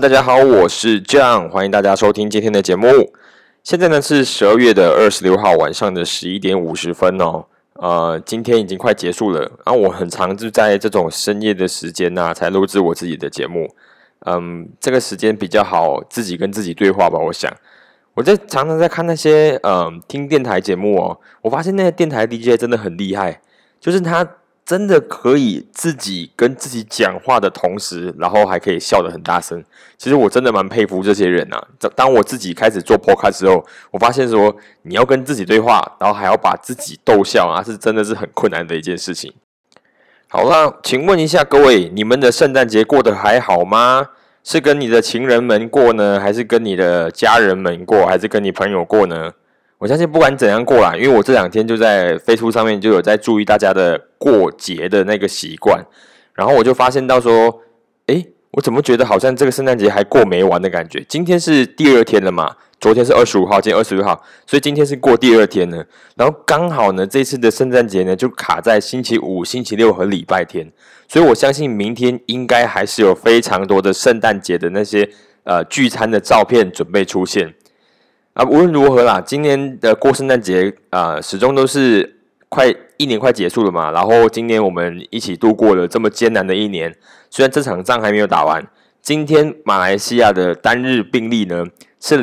大家好，我是 John， 欢迎大家收听今天的节目。现在呢是12月26号晚上的11点50分哦。今天已经快结束了，我很常就在这种深夜的时间才录制我自己的节目。这个时间比较好，自己跟自己对话吧。我想，我常常在看那些听电台节目哦，我发现那些电台 DJ 真的很厉害，就是他真的可以自己跟自己讲话的同时，然后还可以笑得很大声。其实我真的蛮佩服这些人啊。当我自己开始做 podcast 之后，我发现说你要跟自己对话，然后还要把自己逗笑是真的是很困难的一件事情。好啦，请问一下各位，你们的圣诞节过得还好吗？是跟你的情人们过呢，还是跟你的家人们过，还是跟你朋友过呢？我相信不管怎样过啦，因为我这2天就在 Facebook 上面就有在注意大家的过节的那个习惯，然后我就发现到说，我怎么觉得好像这个圣诞节还过没完的感觉？今天是第2天了嘛，昨天是25号，今天26号，所以今天是过第2天了。然后刚好呢，这次的圣诞节呢就卡在星期五、星期六和礼拜天，所以我相信明天应该还是有非常多的圣诞节的那些聚餐的照片准备出现。无论如何啦，今年的过圣诞节始终都是一年快结束了嘛，然后今年我们一起度过了这么艰难的一年，虽然这场仗还没有打完。今天马来西亚的单日病例呢是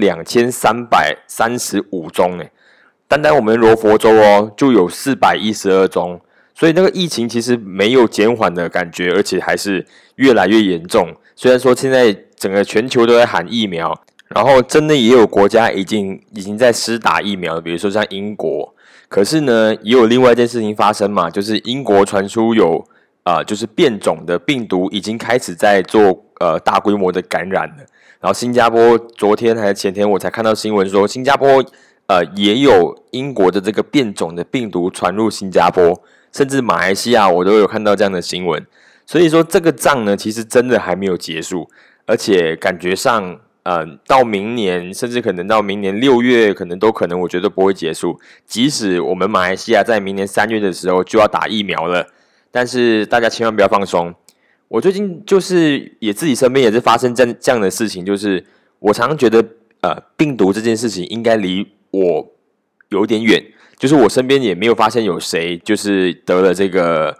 2335宗单我们罗佛州就有412宗，所以那个疫情其实没有减缓的感觉，而且还是越来越严重。虽然说现在整个全球都在喊疫苗，然后真的也有国家已经在施打疫苗了，比如说像英国。可是呢，也有另外一件事情发生嘛，就是英国传出有就是变种的病毒已经开始在做大规模的感染了。然后新加坡昨天还是前天我才看到新闻说，新加坡也有英国的这个变种的病毒传入新加坡，甚至马来西亚我都有看到这样的新闻。所以说这个仗呢，其实真的还没有结束，而且感觉上到明年，甚至可能到明年6月，可能我觉得不会结束。即使我们马来西亚在明年3月的时候就要打疫苗了，但是大家千万不要放松。我最近就是自己身边也是发生这样的事情，就是我常常觉得病毒这件事情应该离我有点远，就是我身边也没有发现有谁就是得了这个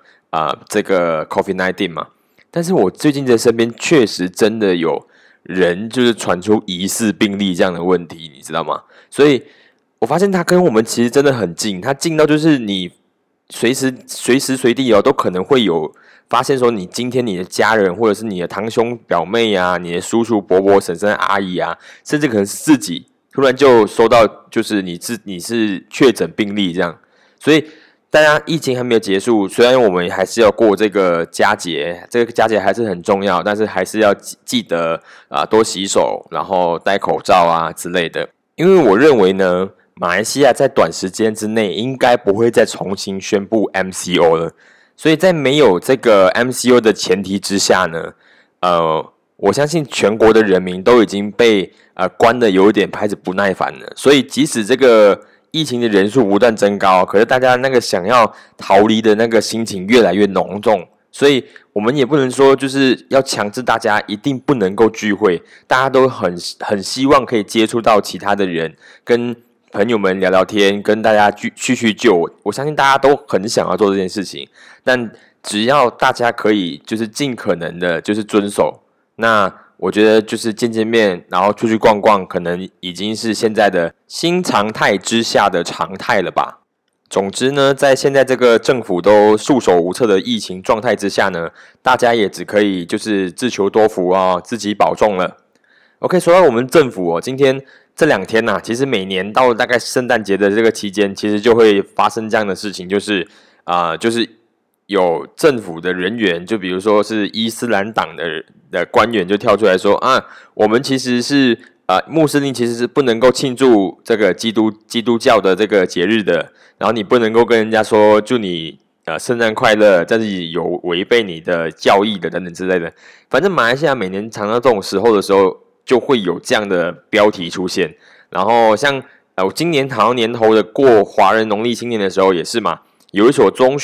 COVID-19 嘛。但是我最近在身边确实真的有人就是传出疑似病例这样的问题，你知道吗？所以我发现他跟我们其实真的很近，他近到就是你随时随地都可能会有发现说，你今天你的家人或者是你的堂兄表妹你的叔叔伯伯婶婶阿姨甚至可能是自己突然就收到就是你是确诊病例这样。所以大家疫情还没有结束，虽然我们还是要过这个佳节，这个佳节还是很重要，但是还是要记得多洗手，然后戴口罩之类的。因为我认为呢，马来西亚在短时间之内应该不会再重新宣布 MCO 了，所以在没有这个 MCO 的前提之下呢，我相信全国的人民都已经被关得有一点开始不耐烦了，所以即使这个疫情的人数不断增高，可是大家那个想要逃离的那个心情越来越浓重，所以我们也不能说就是要强制大家一定不能够聚会，大家都很希望可以接触到其他的人，跟朋友们聊聊天，跟大家叙旧。我相信大家都很想要做这件事情，但只要大家可以就是尽可能的就是遵守，那我觉得就是见面，然后出去逛逛，可能已经是现在的新常态之下的常态了吧。总之呢，在现在这个政府都束手无策的疫情状态之下呢，大家也只可以就是自求多福自己保重了。OK， 说到我们政府今天这2天其实每年到大概圣诞节的这个期间，其实就会发生这样的事情，就是有政府的人员，就比如说是伊斯兰党的官员就跳出来说我们其实是穆斯林其实是不能够庆祝这个基督教的这个节日的，然后你不能够跟人家说祝你圣诞快乐，但是有违背你的教义的等等之类的。反正马来西亚每年常常这种时候的时候，就会有这样的标题出现。然后像今年好像年头的过华人农历新年的时候也是嘛，有一所中学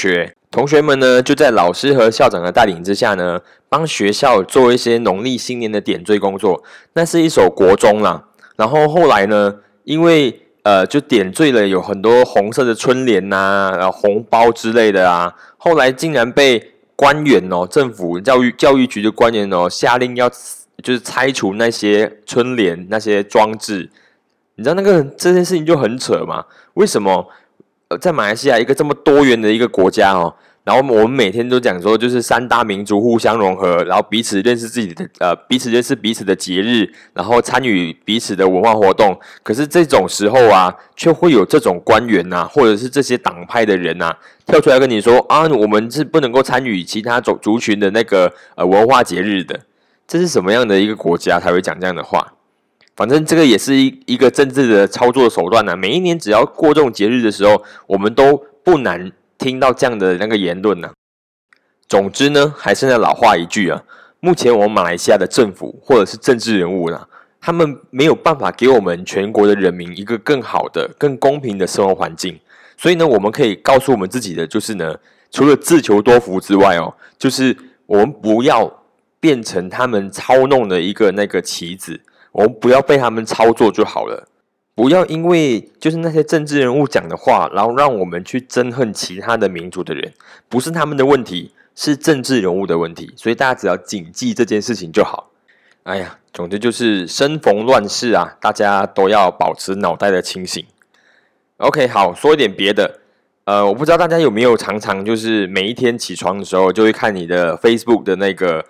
同学们呢，就在老师和校长的带领之下呢，帮学校做一些农历新年的点缀工作。那是一所国中啦，然后后来呢，因为就点缀了有很多红色的春联呐、然后红包之类的啊，后来竟然被官员哦，政府教育局的官员哦，下令要就是拆除那些春联那些装置。你知道这件事情就很扯嘛？为什么？在马来西亚一个这么多元的一个国家哦，然后我们每天都讲说，就是三大民族互相融合，然后彼此认识自己的彼此认识彼此的节日，然后参与彼此的文化活动。可是这种时候啊，却会有这种官员呐、或者是这些党派的人呐、跳出来跟你说啊，我们是不能够参与其他族群的那个文化节日的。这是什么样的一个国家才会讲这样的话？反正这个也是一个政治的操作手段啊。每一年只要过这种节日的时候，我们都不难听到这样的那个言论啊。总之呢，还是那老话一句啊，目前我们马来西亚的政府或者是政治人物呢，他们没有办法给我们全国的人民一个更好的、更公平的生活环境。所以呢，我们可以告诉我们自己的就是呢，除了自求多福之外哦，就是我们不要变成他们操弄的一个那个棋子。我们不要被他们操作就好了，不要因为就是那些政治人物讲的话，然后让我们去憎恨其他的民族的人，不是他们的问题，是政治人物的问题，所以大家只要谨记这件事情就好。哎呀，总之就是生逢乱世啊，大家都要保持脑袋的清醒。OK， 好，说一点别的。我不知道大家有没有常常就是每一天起床的时候就会看你的 Facebook 的那个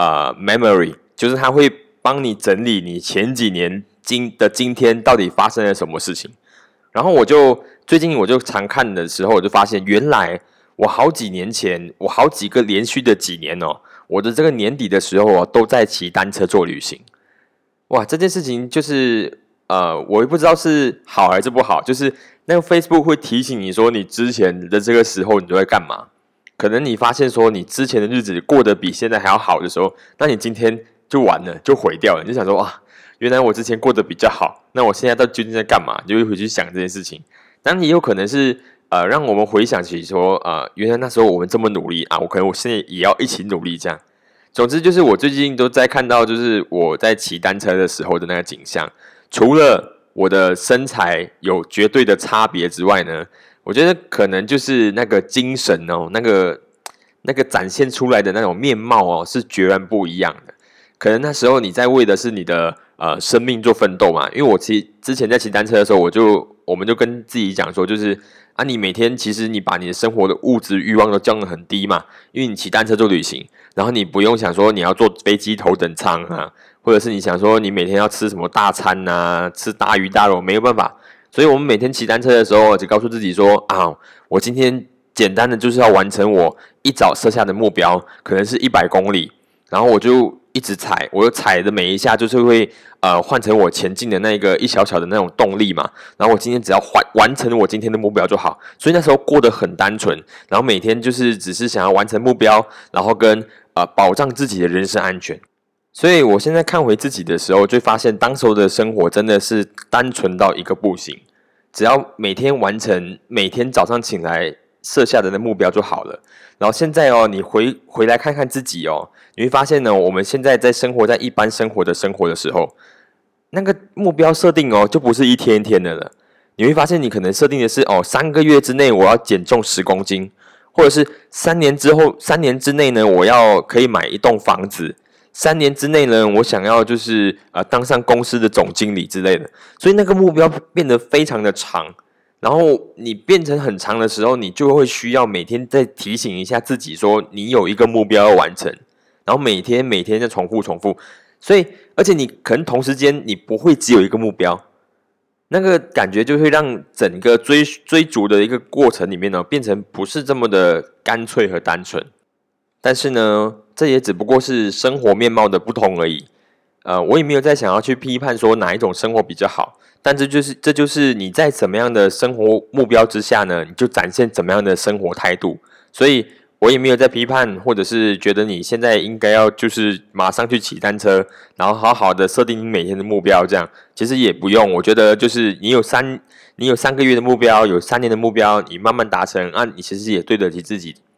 memory， 就是它会帮你整理你前几年今天到底发生了什么事情。然后最近我就常看的时候，我就发现原来我好几年前，我好几个连续的几年哦，我的这个年底的时候哦，都在骑单车做旅行。哇，这件事情就是我也不知道是好还是不好，就是那个 Facebook 会提醒你说你之前的这个时候你都在干嘛。可能你发现说你之前的日子过得比现在还要好的时候，那你今天就完了，就毁掉了。你就想说啊，原来我之前过得比较好，那我现在究竟在干嘛？你就会回去想这件事情。当然也有可能是让我们回想起说原来那时候我们这么努力啊，我现在也要一起努力这样。总之就是我最近都在看到，就是我在骑单车的时候的那个景象。除了我的身材有绝对的差别之外呢，我觉得可能就是那个精神哦，那个展现出来的那种面貌哦，是截然不一样的。可能那时候你在为的是你的生命做奋斗嘛。因为我之前在骑单车的时候，我们就跟自己讲说，就是啊，你每天其实你把你的生活的物质欲望都降得很低嘛，因为你骑单车做旅行，然后你不用想说你要坐飞机头等舱啊，或者是你想说你每天要吃什么大餐啊，吃大鱼大肉，没有办法。所以我们每天骑单车的时候，就告诉自己说啊，我今天简单的就是要完成我一早设下的目标，可能是100公里，然后我就一直踩，我踩的每一下就是会换成我前进的那个一小小的那种动力嘛。然后我今天只要完成我今天的目标就好，所以那时候过得很单纯，然后每天就是只是想要完成目标，然后跟保障自己的人身安全。所以我现在看回自己的时候，就发现当时候的生活真的是单纯到一个不行，只要每天完成每天早上醒来设下的那目标就好了。然后现在哦，你回来看看自己哦，你会发现呢，我们现在在生活在一般生活的时候，那个目标设定哦，就不是一天一天的了。你会发现，你可能设定的是哦，3个月之内我要减重10公斤，或者是3年之内呢，我要可以买一栋房子。3年之内呢，我想要就是当上公司的总经理之类的，所以那个目标变得非常的长。然后你变成很长的时候，你就会需要每天再提醒一下自己说，你有一个目标要完成，然后每天再重复。所以，而且你可能同时间你不会只有一个目标，那个感觉就会让整个追逐的一个过程里面呢，变成不是这么的干脆和单纯。但是呢，这也只不过是生活面貌的不同而已。我也没有在想要去批判说哪一种生活比较好，但这就是你在怎么样的生活目标之下呢，你就展现怎么样的生活态度。所以我也没有在批判，或者是觉得你现在应该要就是马上去骑单车，然后好好的设定你每天的目标，这样其实也不用。我觉得就是你有3个月的目标，有3年的目标，你慢慢达成啊，你其实也对得起自己。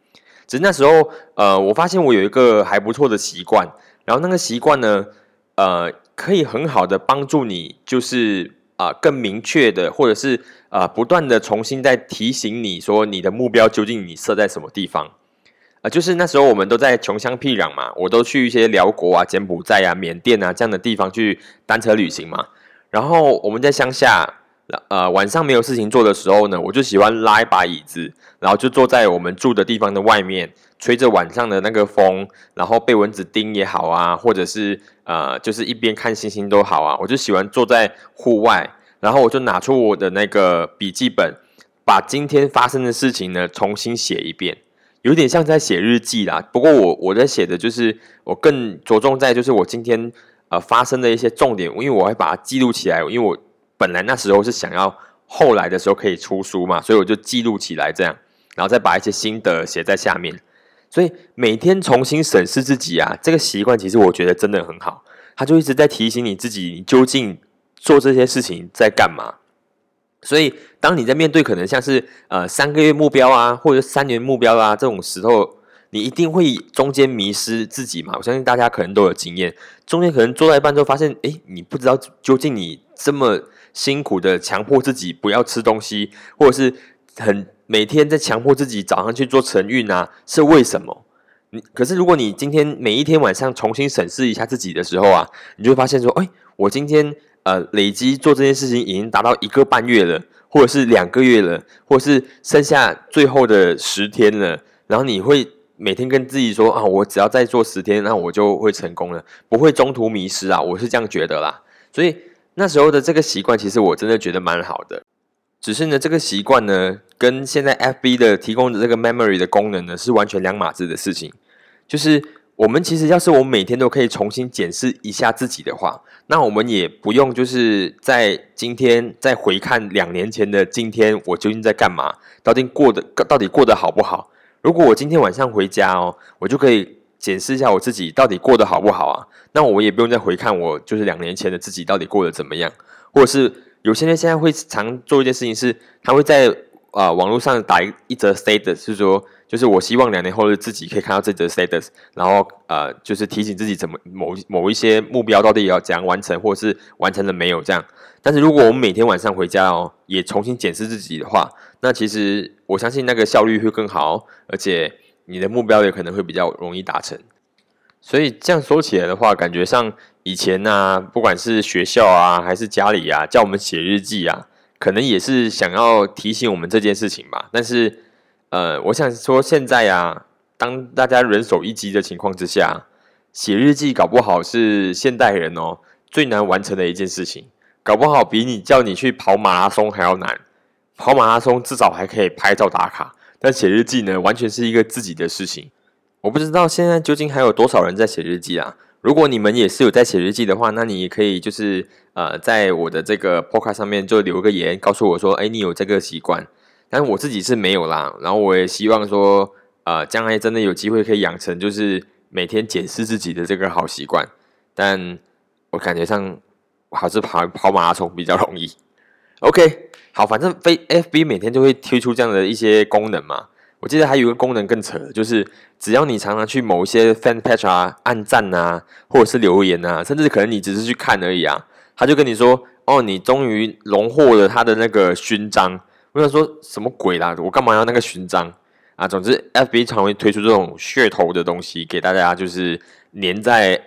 只是那时候我发现我有一个还不错的习惯，然后那个习惯呢可以很好的帮助你，就是更明确的，或者是不断的重新再提醒你说你的目标究竟你设在什么地方。就是那时候我们都在穷乡僻壤嘛，我都去一些辽国啊、柬埔寨啊、缅甸啊这样的地方去单车旅行嘛。然后我们在乡下，晚上没有事情做的时候呢，我就喜欢拉一把椅子，然后就坐在我们住的地方的外面，吹着晚上的那个风，然后被蚊子叮也好啊，或者是就是一边看星星都好啊，我就喜欢坐在户外，然后我就拿出我的那个笔记本，把今天发生的事情呢重新写一遍。有点像在写日记啦，不过我在写的就是我更着重在就是我今天发生的一些重点，因为我会把它记录起来，因为我本来那时候是想要后来的时候可以出书嘛，所以我就记录起来这样，然后再把一些心得写在下面。所以每天重新审视自己啊，这个习惯其实我觉得真的很好，它就一直在提醒你自己，你究竟做这些事情在干嘛。所以，当你在面对可能像是3个月目标啊，或者3年目标啊这种时候，你一定会中间迷失自己嘛。我相信大家可能都有经验，中间可能做到一半之后发现，你不知道究竟你这么辛苦的强迫自己不要吃东西，或者是每天在强迫自己早上去做晨运啊，是为什么？可是如果你今天每一天晚上重新审视一下自己的时候啊，你就会发现说，我今天累积做这件事情已经达到1个半月了，或者是2个月了，或者是剩下最后的10天了，然后你会每天跟自己说我只要再做10天，那我就会成功了，不会中途迷失啊，我是这样觉得啦。所以那时候的这个习惯，其实我真的觉得蛮好的。只是呢，这个习惯呢，跟现在 FB 的提供的这个 memory 的功能呢，是完全两码子的事情。就是我们其实要是我们每天都可以重新检视一下自己的话，那我们也不用就是在今天再回看2年前的今天我究竟在干嘛，到底过得好不好。如果我今天晚上回家我就可以检视一下我自己到底过得好不好啊，那我也不用再回看我就是2年前的自己到底过得怎么样。或者是有些人现在会常做一件事情是，他会在网络上打一则 status， 是说就是我希望2年后的自己可以看到这则 status， 然后就是提醒自己怎么某一些目标到底要怎样完成，或者是完成了没有这样。但是如果我们每天晚上回家也重新检视自己的话，那其实我相信那个效率会更好，而且你的目标也可能会比较容易达成。所以这样说起来的话，感觉上以前不管是学校还是家里叫我们写日记可能也是想要提醒我们这件事情吧。但是我想说现在当大家人手一机的情况之下，写日记搞不好是现代人最难完成的一件事情，搞不好比叫你去跑马拉松还要难。跑马拉松至少还可以拍照打卡，但写日记呢，完全是一个自己的事情。我不知道现在究竟还有多少人在写日记如果你们也是有在写日记的话，那你也可以就是在我的这个 podcast 上面就留个言，告诉我说，你有这个习惯。但是我自己是没有啦，然后我也希望说，将来真的有机会可以养成就是每天检视自己的这个好习惯。但我感觉上还是跑马拉松比较容易。OK， 好，反正FB 每天就会推出这样的一些功能嘛。我记得还有一个功能更扯，就是只要你常常去某一些 fan page 按赞或者是留言甚至可能你只是去看而已他就跟你说，你终于荣获了他的那个勋章。我想说什么鬼啦，我干嘛要那个勋章总之 FB 常会推出这种噱头的东西给大家，就是黏在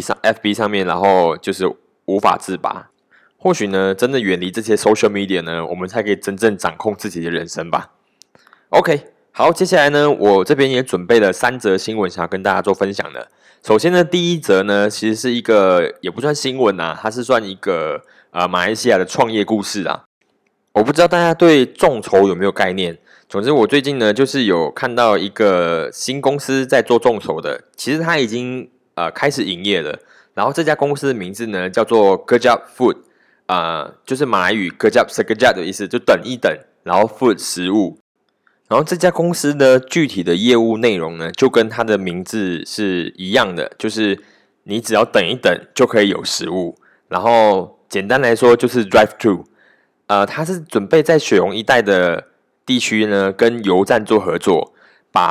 FB 上面，然后就是无法自拔。或许呢，真的远离这些 social media 呢，我们才可以真正掌控自己的人生吧。OK。好，接下来呢，我这边也准备了3则新闻想要跟大家做分享的。首先呢，第一则呢，其实是一个也不算新闻它是算一个马来西亚的创业故事我不知道大家对众筹有没有概念。总之，我最近呢，就是有看到一个新公司在做众筹的，其实它已经开始营业了。然后这家公司的名字呢，叫做 Kejap Food，就是马来语 Kejap Sekejap 的意思，就等一等，然后 Food 食物。然后这家公司呢，具体的业务内容呢，就跟它的名字是一样的，就是你只要等一等就可以有食物。然后简单来说就是 drive through，它是准备在雪隆一带的地区呢，跟油站做合作，把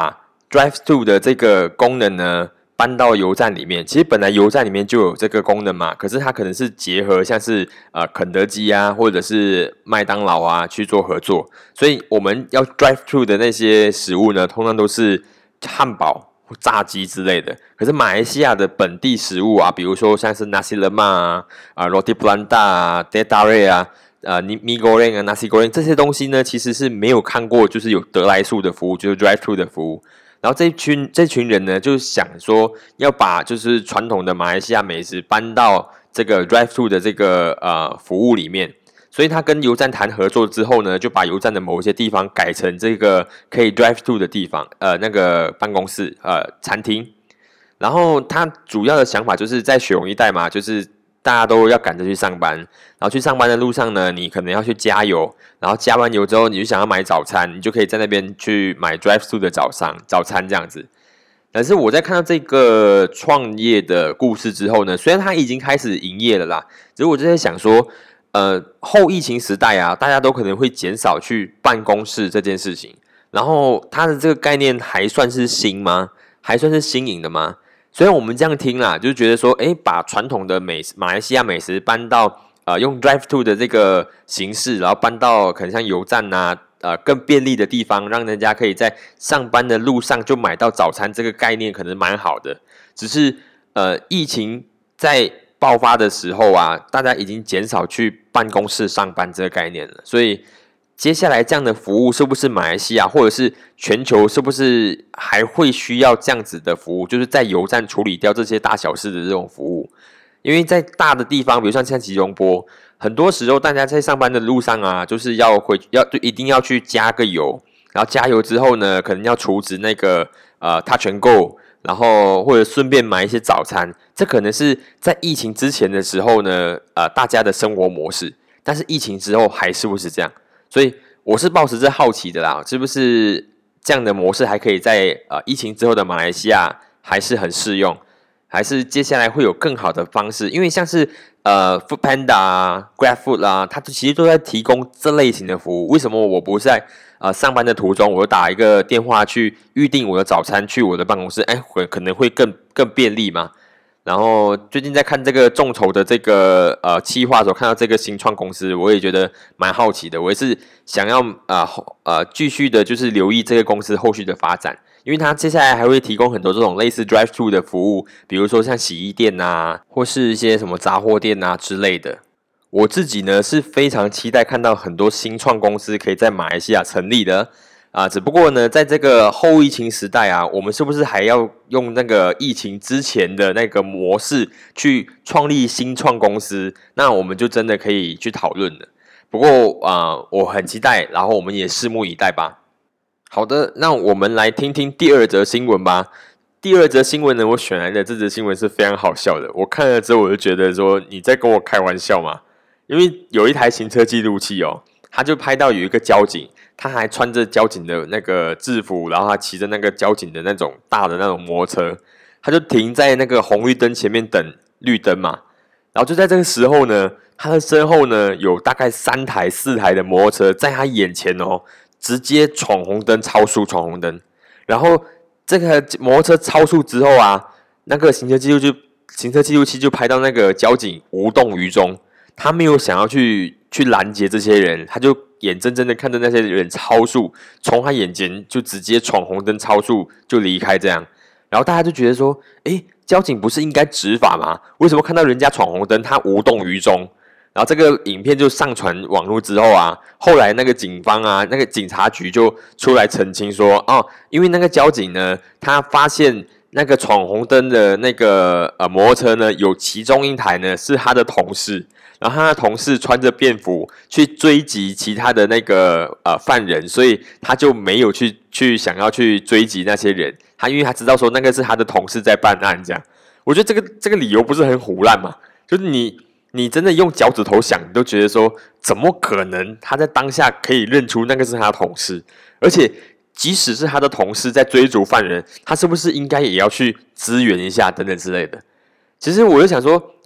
Drive Thru 的这个功能呢搬到油站里面。其实本来油站里面就有这个功能嘛，可是它可能是结合像是肯德基啊，或者是麦当劳啊去做合作，所以我们要 Drive Thru 的那些食物呢，通常都是汉堡、炸鸡之类的。可是马来西亚的本地食物啊，比如说像是 Nasi Lemak 啊、Roti Prata 啊、Teh Tarik 啊、Mi Goreng 啊、Nasi Goreng 这些东西呢，其实是没有看过，就是有得来速的服务，就是 Drive Thru 的服务。然后这群人呢，就想说要把就是传统的马来西亚美食搬到这个 Drive Thru 的这个服务里面。所以他跟油站谈合作之后呢，就把油站的某一些地方改成这个可以 drive thru 的地方，那个办公室，餐厅。然后他主要的想法就是在雪隆一带嘛，就是大家都要赶着去上班，然后去上班的路上呢，你可能要去加油，然后加完油之后，你就想要买早餐，你就可以在那边去买 drive thru 的早餐这样子。但是我在看到这个创业的故事之后呢，虽然他已经开始营业了啦，只是我就在想说。后疫情时代啊，大家都可能会减少去办公室这件事情。然后它的这个概念还算是新吗？还算是新颖的吗？虽然我们这样听啦，就觉得说，把传统的马来西亚美食搬到用 Drive Thru 的这个形式，然后搬到可能像油站啊，更便利的地方，让人家可以在上班的路上就买到早餐，这个概念可能蛮好的。只是疫情在爆发的时候啊，大家已经减少去办公室上班这个概念了，所以接下来这样的服务是不是马来西亚或者是全球是不是还会需要这样子的服务？就是在油站处理掉这些大小事的这种服务，因为在大的地方，比如像吉隆坡，很多时候大家在上班的路上啊，就是就一定要去加个油，然后加油之后呢，可能要储值那个Touch and Go。然后或者顺便买一些早餐，这可能是在疫情之前的时候呢，大家的生活模式。但是疫情之后还是不是这样？所以我是抱持着好奇的啦，是不是这样的模式还可以在疫情之后的马来西亚还是很适用？还是接下来会有更好的方式？因为像是Food Panda 啊、GrabFood 啊，它其实都在提供这类型的服务。为什么我不是在上班的途中，我打一个电话去预定我的早餐，去我的办公室，可能会更便利嘛？然后最近在看这个众筹的这个企划的时候，看到这个新创公司，我也觉得蛮好奇的。我也是想要继续的，就是留意这个公司后续的发展。因为它接下来还会提供很多这种类似 Drive Thru 的服务，比如说像洗衣店啊，或是一些什么杂货店啊之类的。我自己呢是非常期待看到很多新创公司可以在马来西亚成立的只不过呢，在这个后疫情时代啊，我们是不是还要用那个疫情之前的那个模式去创立新创公司？那我们就真的可以去讨论了。不过我很期待，然后我们也拭目以待吧。好的，那我们来听听第二则新闻吧。第二则新闻呢，我选来的这则新闻是非常好笑的。我看了之后，我就觉得说你在跟我开玩笑嘛？因为有一台行车记录器哦，他就拍到有一个交警，他还穿着交警的那个制服，然后他骑着那个交警的那种大的那种摩托车，他就停在那个红绿灯前面等绿灯嘛。然后就在这个时候呢，他的身后呢有大概4台的摩托车在他眼前哦。直接闯红灯，超速闯红灯，然后这个摩托车超速之后啊，那个行车记录器就拍到那个交警无动于衷，他没有想要去拦截这些人，他就眼睁睁的看着那些人超速，从他眼前就直接闯红灯超速就离开这样，然后大家就觉得说，交警不是应该执法吗？为什么看到人家闯红灯，他无动于衷？然后这个影片就上传网络之后啊，后来那个警方啊，那个警察局就出来澄清说，因为那个交警呢，他发现那个闯红灯的那个摩托车呢，有其中一台呢是他的同事，然后他的同事穿着便服去追击其他的那个犯人，所以他就没有去想要去追击那些人，因为他知道说那个是他的同事在办案这样。我觉得这个理由不是很唬烂嘛？就是你真的用脚趾头想，你都觉得说，怎么可能他在当下可以认出那个是他的同事？而且，即使是他的同事在追逐犯人，他是不是应该也要去支援一下等等之类的？其实我就想说，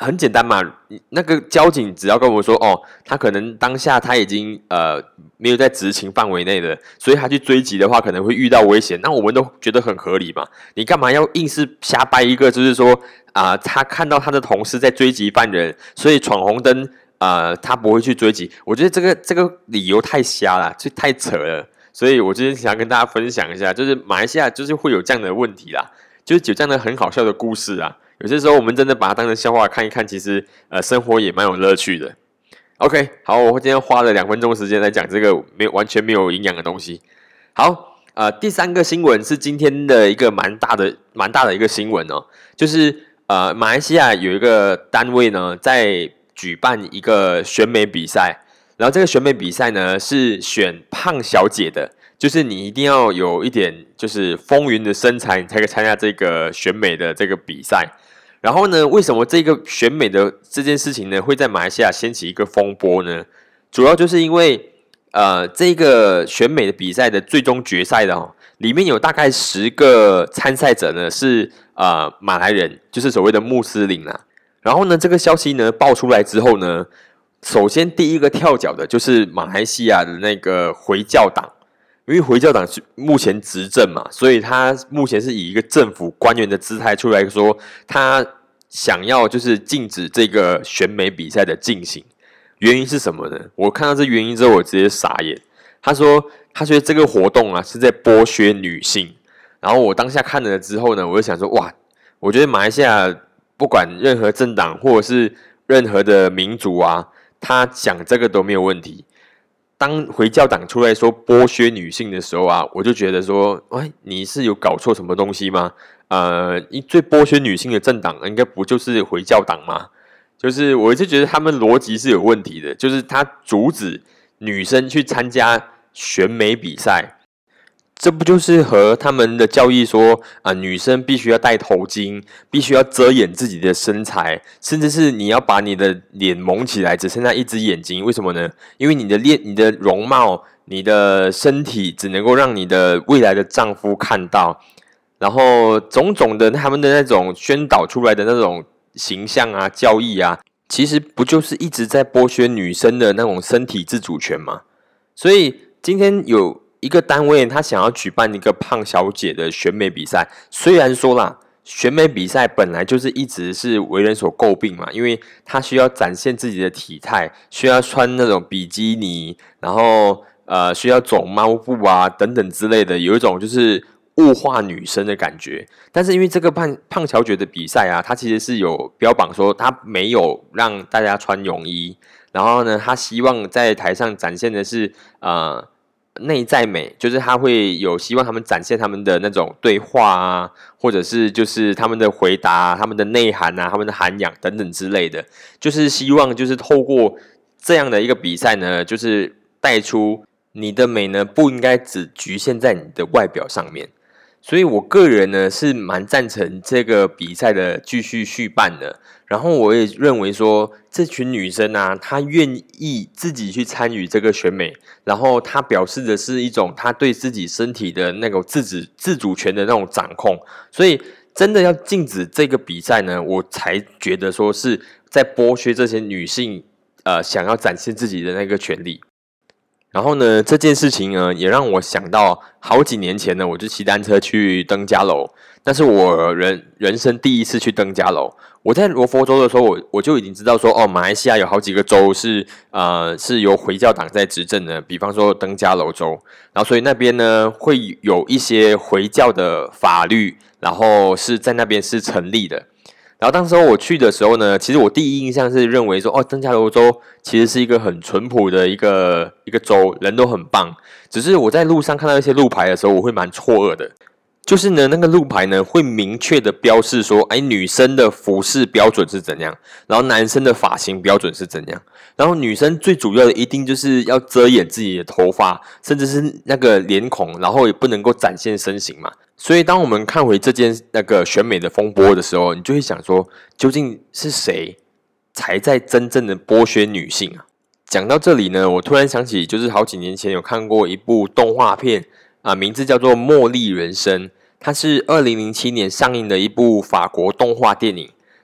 很简单嘛，那个交警只要跟我说，哦，他可能当下他已经没有在执勤范围内的，所以他去追击的话可能会遇到危险，那我们都觉得很合理嘛。你干嘛要硬是瞎掰一个，就是说他看到他的同事在追击犯人，所以闯红灯他不会去追击。我觉得这个理由太瞎了，就太扯了。所以我今天想跟大家分享一下，就是马来西亚就是会有这样的问题啦，就是有这样的很好笑的故事啊。有些时候我们真的把它当成笑话看一看，其实生活也蛮有乐趣的。OK， 好，我今天花了2分钟时间来讲这个完全没有营养的东西。好，第3个新闻是今天的一个蛮大的一个新闻哦，就是马来西亚有一个单位呢在举办一个选美比赛，然后这个选美比赛呢是选胖小姐的。就是你一定要有一点就是丰腴的身材，你才可以参加这个选美的这个比赛。然后呢，为什么这个选美的这件事情呢，会在马来西亚掀起一个风波呢？主要就是因为这个选美的比赛的最终决赛的里面有大概10个参赛者呢是马来人，就是所谓的穆斯林啊。然后呢，这个消息呢爆出来之后呢，首先第一个跳脚的就是马来西亚的那个回教党。因为回教党是目前执政嘛，所以他目前是以一个政府官员的姿态出来说，他想要就是禁止这个选美比赛的进行。原因是什么呢？我看到这原因之后，我直接傻眼。他说他觉得这个活动啊是在剥削女性。然后我当下看了之后呢，我就想说，哇，我觉得马来西亚不管任何政党或者是任何的民族啊，他讲这个都没有问题。当回教党出来说剥削女性的时候啊，我就觉得说，哎，你是有搞错什么东西吗？最剥削女性的政党应该不就是回教党吗？就是我就觉得他们逻辑是有问题的，就是他阻止女生去参加选美比赛。这不就是和他们的教义说女生必须要戴头巾，必须要遮掩自己的身材，甚至是你要把你的脸蒙起来，只剩下一只眼睛。为什么呢？因为你的容貌、你的身体只能够让你的未来的丈夫看到，然后种种的他们的那种宣导出来的那种形象啊、教义啊，其实不就是一直在剥削女生的那种身体自主权吗？所以今天有一个单位，他想要举办一个胖小姐的选美比赛。虽然说啦，选美比赛本来就是一直是为人所诟病嘛，因为他需要展现自己的体态，需要穿那种比基尼，然后需要走猫步啊等等之类的，有一种就是物化女生的感觉。但是因为这个胖小姐的比赛啊，它其实是有标榜说它没有让大家穿泳衣，然后呢，他希望在台上展现的是内在美，就是他会有希望他们展现他们的那种对话啊，或者是就是他们的回答、他们的内涵啊、他们的涵养等等之类的，就是希望就是透过这样的一个比赛呢，就是带出你的美呢不应该只局限在你的外表上面。所以我个人呢是蛮赞成这个比赛的继续续办的。然后我也认为说，这群女生啊，她愿意自己去参与这个选美，然后她表示的是一种她对自己身体的那种自主权的那种掌控。所以真的要禁止这个比赛呢，我才觉得说是在剥削这些女性想要展现自己的那个权利。然后呢，这件事情呢，也让我想到好几年前呢，我就骑单车去登嘉楼，那是我人生第一次去登嘉楼。我在罗佛州的时候，我就已经知道说，马来西亚有好几个州是由回教党在执政的，比方说登嘉楼州，然后所以那边呢会有一些回教的法律，然后是在那边是成立的。然后当时我去的时候呢，其实我第一印象是认为说，登嘉楼州其实是一个很淳朴的一个州，人都很棒。只是我在路上看到一些路牌的时候，我会蛮错愕的。就是呢，那个路牌呢会明确的标示说，女生的服饰标准是怎样，然后男生的发型标准是怎样，然后女生最主要的一定就是要遮掩自己的头发，甚至是那个脸孔，然后也不能够展现身形嘛。所以当我们看回这件那个选美的风波的时候，你就会想说，究竟是谁才在真正的剥削女性啊？讲到这里呢，我突然想起，就是好几年前有看过一部动画片名字叫做《茉莉人生》，它是2007年上映的一部法国动画电影。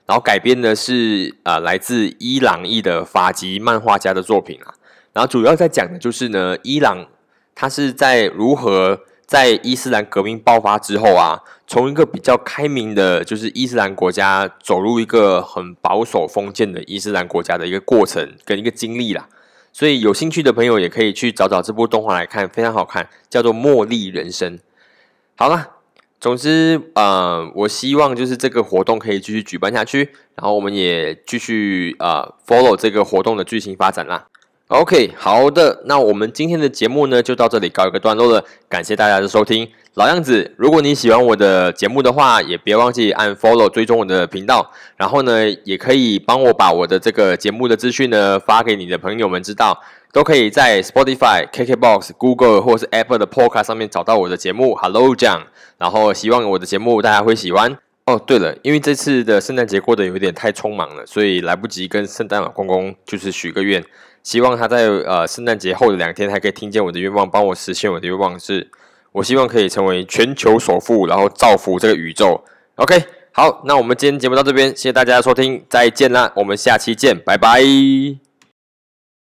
然后改编的是来自伊朗裔的法籍漫画家的作品啊。然后主要在讲的就是呢，伊朗它是在如何在伊斯兰革命爆发之后啊，从一个比较开明的，就是伊斯兰国家走入一个很保守封建的伊斯兰国家的一个过程跟一个经历啦。所以有兴趣的朋友也可以去找找这部动画来看，非常好看，叫做《茉莉人生》。好啦，总之我希望就是这个活动可以继续举办下去，然后我们也继续follow 这个活动的剧情发展啦。OK， 好的，那我们今天的节目呢就到这里告一个段落了，感谢大家的收听。老样子，如果你喜欢我的节目的话，也别忘记按 follow 追踪我的频道，然后呢，也可以帮我把我的这个节目的资讯呢发给你的朋友们知道，都可以在 Spotify、KKBox、Google 或是 Apple 的 Podcast 上面找到我的节目 Hello 酱，然后希望我的节目大家会喜欢。哦，对了，因为这次的圣诞节过得有点太匆忙了，所以来不及跟圣诞老公公就是许个愿。希望他在圣诞节后的2天还可以听见我的愿望，帮我实现我的愿望是，我希望可以成为全球首富，然后造福这个宇宙。OK， 好，那我们今天节目到这边，谢谢大家的收听，再见啦，我们下期见，拜拜。